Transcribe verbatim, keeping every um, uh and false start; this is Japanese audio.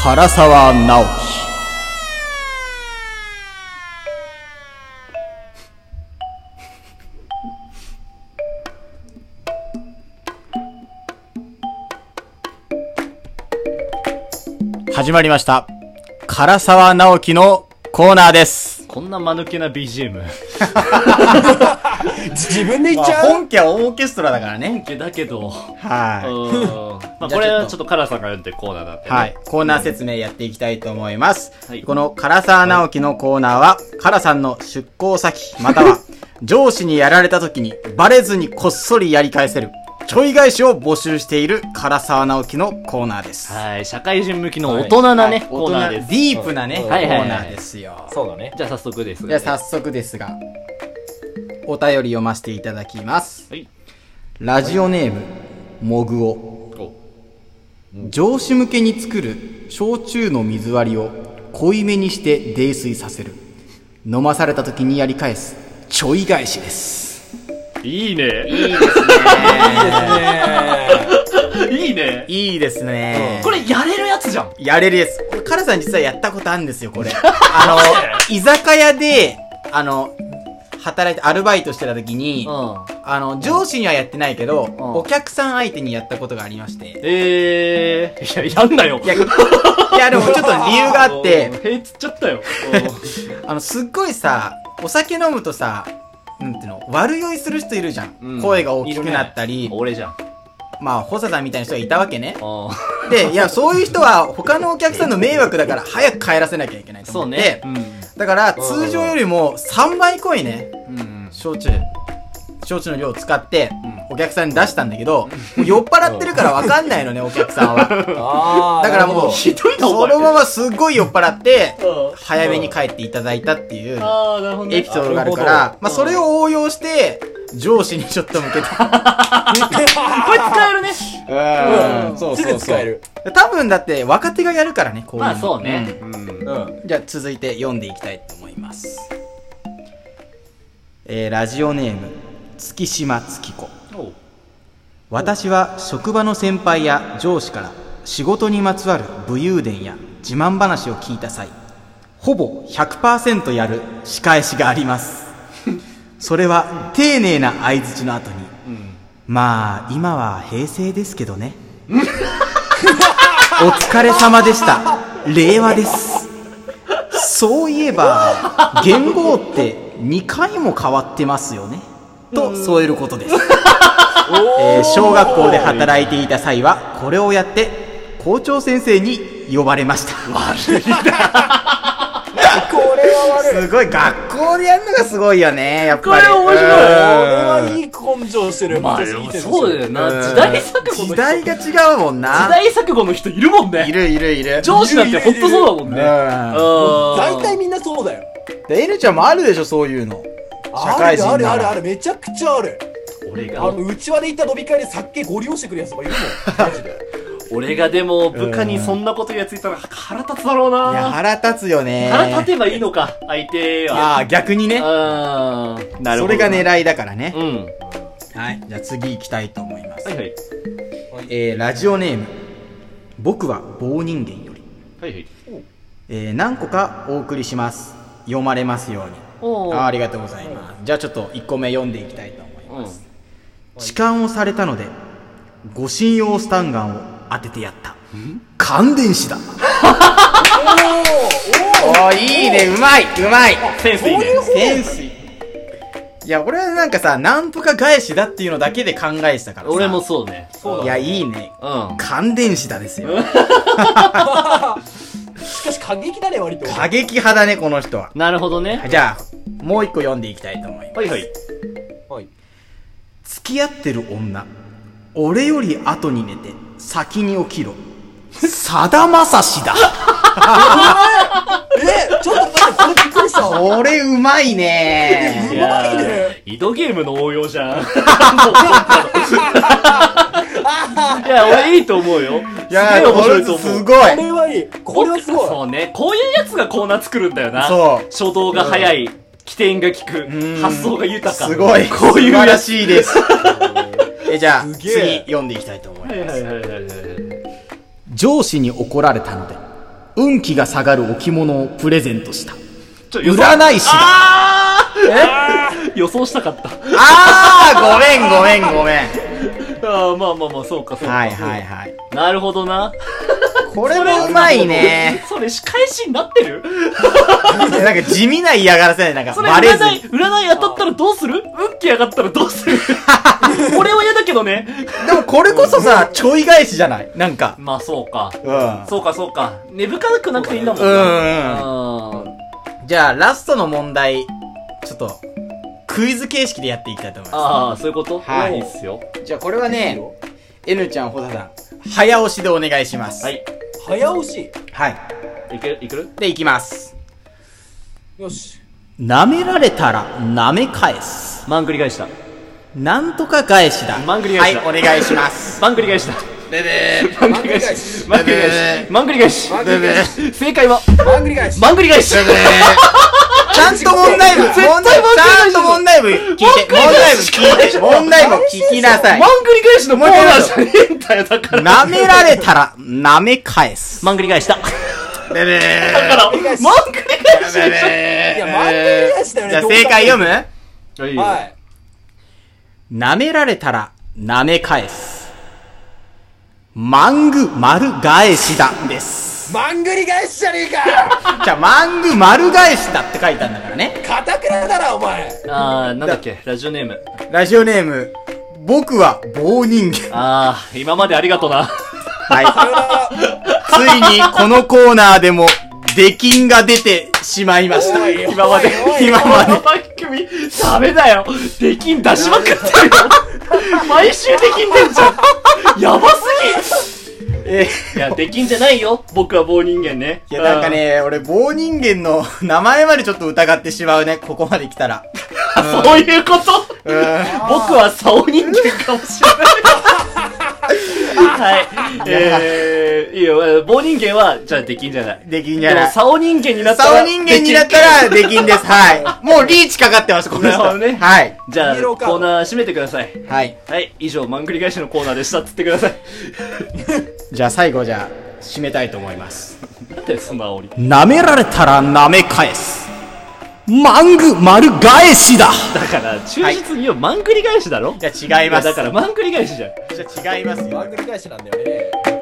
唐沢直樹。始まりました。唐沢直樹のコーナーです。 こんな間抜けな ビージーエム自分で言っちゃう、 まあ、本家はオーケストラだからね。 本家だけど。 はい。 まあこれはちょっとカラさんが読んでるコーナーなんで、ね。 はい。コーナー説明やっていきたいと思います。 はい、 この唐沢直樹のコーナーは、カラさんの出向先、または上司にやられた時にバレずにこっそりやり返せる。ちょい返しを募集している唐沢直樹のコーナーです。 はい。社会人向きの大人なね、はい、コーナーです。 ディープなね、コーナーですよ。 そうだね。 じゃあ早速です、ね。 じゃあ早速ですが、お便り読ませていただきます。はい。ラジオネーム、もぐお。上司向けに作る焼酎の水割りを濃いめにして泥酔させる。飲まされた時にやり返す。ちょい返しです。 いいね。 いいですね。 いいね。 いいですね。 これやれるやつじゃん。 やれるやつ。これ、カラさん実はやったことあるんですよ、これ。あの、居酒屋で、あの、働いて、アルバイトしてた時に、うん、あの、上司にはやってないけど、うん、お客さん相手にやったことがありまして。 えー、いや、やんなよ。 いや、いやでもちょっと理由があって、 へえ、つっちゃったよ。 あの、すっごいさ、お酒飲むとさ、なんていうの、悪酔いする人いるじゃん。うん、声が大きくなったり。 ね、俺じゃん。 まあ、ホサさんみたいな人がいたわけね。で、いや、そういう人は他のお客さんの迷惑だから早く帰らせなきゃいけないと思って。そうね。うん、だから、通常よりもさんばい濃いね、うん、焼酎、焼酎の量を使って、お客さんに出したんだけど、もう酔っ払ってるからわかんないのね、お客さんは。だからもう、 ひどいな、 そのまますっごい酔っ払って、早めに帰っていただいたっていう、エピソードがあるから、まあそれを応用して、上司にちょっと向けて。これ使えるね。 うん。そうそうそう。多分だって若手がやるからね、こういうの。 まあそうね。 うん。じゃあ続いて読んでいきたいと思います。えー、ラジオネーム、月島月子。私は職場の先輩や上司から仕事にまつわる武勇伝や自慢話を聞いた際、ほぼ ひゃくパーセント やる仕返しがあります。それは丁寧な相槌の後に、うん、まあ今は平成ですけどね。お疲れ様でした。令和です。そういえば元号ってにかいも変わってますよね。と添えることです。えー、小学校で働いていた際はこれをやって校長先生に呼ばれました。悪いな。これは悪い。すごい、学校でやるのがすごいよね、やっぱり。 これ面白い。これはいい根性してる。 まあ、そうだよな。時代錯誤の人。 時代が違うもんな。 時代錯誤の人いるもんね。 いるいるいる。 上司なんてほんとそうだもんね。 大体みんなそうだよ。 で、N ちゃんもあるでしょ、そういうの。社会人。 あるあるある、めちゃくちゃある。 俺が。 あの、うちわで行った飲み会で酒ご利用してくるやつとかいるもん。マジで。 俺がでも部下にそんなことやついたら腹立つだろうな。 いや、腹立つよね。 腹立てばいいのか、相手は。 ああ、逆にね。 うん。なるほど。 それが狙いだからね。 うん。 はい。じゃあ次行きたいと思います。 はいはい。 えー、ラジオネーム。僕は棒人間より。 はいはい。 えー、何個かお送りします。読まれますように。 おあ, ありがとうございます。じゃあちょっといっこめ読んでいきたいと思います。うん、痴漢をされたので、護身用スタンガンを当ててやった。感電死だ。おーおー、いいね、うまいうまい。 センスいいね。 センスいい。いや、俺はなんかさ、なんとか返しだっていうのだけで考えてたからさ。 俺もそうね。 いや、いいね。 うん。 感電死だですよ。 しかし過激だね、割と。 過激派だね、この人は。 なるほどね。 じゃあ、もう一個読んでいきたいと思います。 はいはい。 はい。 付き合ってる女、俺より後に寝て、先に起きろ。さだまさしだ。 え、ちょっと待って、これびっくりした。 これうまいね。 うまいね。 井戸ゲームの応用じゃん。いや、俺いいと思うよ。 いや、面白いと思う。すごい。 これはいい。これはすごい。 そうね。こういうやつがコーナー作るんだよな。 そう。 初動が早い。起点が効く。発想が豊か。 すごい。 こういう素晴らしいです。え、じゃあ、次読んでいきたいと思います。 はいはいはいはい。 上司に怒られたので、 運気が下がる置物をプレゼントした。 ちょ占い師が。 あー予想したかった。 あー、ごめんごめんごめん。 ああ、まあまあまあ、そうかそうか。 はいはいはい。 なるほどな。 これもうまいね。 それ仕返しになってる？ なんか地味な嫌がらせない。なんかそれバレず。 占い、占い当たったらどうする？運気上がったらどうする？俺は嫌だけどね。 でもこれこそさ、ちょい返しじゃないなんか。 まあそうか。 うん。 そうかそうか。根深くなくていいんだもんうんな。 うん。じゃあラストの問題、ちょっと、クイズ形式でやっていきたいと思います。 ああ、そういうこと？ はい。 いいっすよ。 じゃあこれはね、N ちゃん、ホタさん、早押しでお願いします。 はい。 早押し。 はい。 いけるいける？ で、いきます。 よし。 舐められたら舐め返す。 マングリ返した。 なんとか返しだ。 マングリ返しだ。 はい、お願いします。 マングリ返した。 ででー。 マングリ返し。マングリ返し。マングリ返し。 マングリ返し。 正解は、 マングリ返し。 マングリ返し。 ちゃんと問題文、問題、ちゃんと問題文聞いて、問題文聞いて、問題文聞きなさい。 マングリ返しのコーナーじゃねえんだよ、だから。 舐められたら舐め返す。 マングリ返した。 ででー。 だから、マングリ返し。 いや、マングリ返しだよね。 じゃあ正解読む？ はい。 舐められたら舐め返す。マング丸返しだです。 マングリ返しじゃねえか。 じゃあマング丸返しだって書いたんだからね。 カタクラだな、お前。 あー、なんだっけ、ラジオネーム。 ラジオネーム、僕は棒人間。 あー、今までありがとな。 はい。ついにこのコーナーでも出禁が出てしまいました。 おいおい今まで、 おいおい今まで。 番組、ダメだよ。出禁出しまくってるよ。毎週出禁出んじゃん。やばすぎ。 えいや、出禁じゃないよ。僕は棒人間ね。 いや、なんかね、俺棒人間の名前までちょっと疑ってしまうね。ここまで来たら。 うん、そういうことうん。 僕は竿人間かもしれない。はい。えー、いいよ。棒人間は、じゃあ出禁じゃない。 出禁じゃない。 でも、竿人間になったら。 竿人間になったら出禁です。はい。もうリーチかかってます、この人。 なるほどね。 はい。 じゃあ、コーナー閉めてください。 はい。 はい。以上、マングリ返しのコーナーでしたっつってください。 じゃあ最後じゃあ、締めたいと思います。 なんでそんな煽り。 舐められたら舐め返す。マング丸返しだ。 だから、忠実に言うマングリ返しだろ。 いや、違います。 だから、マングリ返しじゃん。 じゃあ違いますよ。 マングリ返しなんだよね。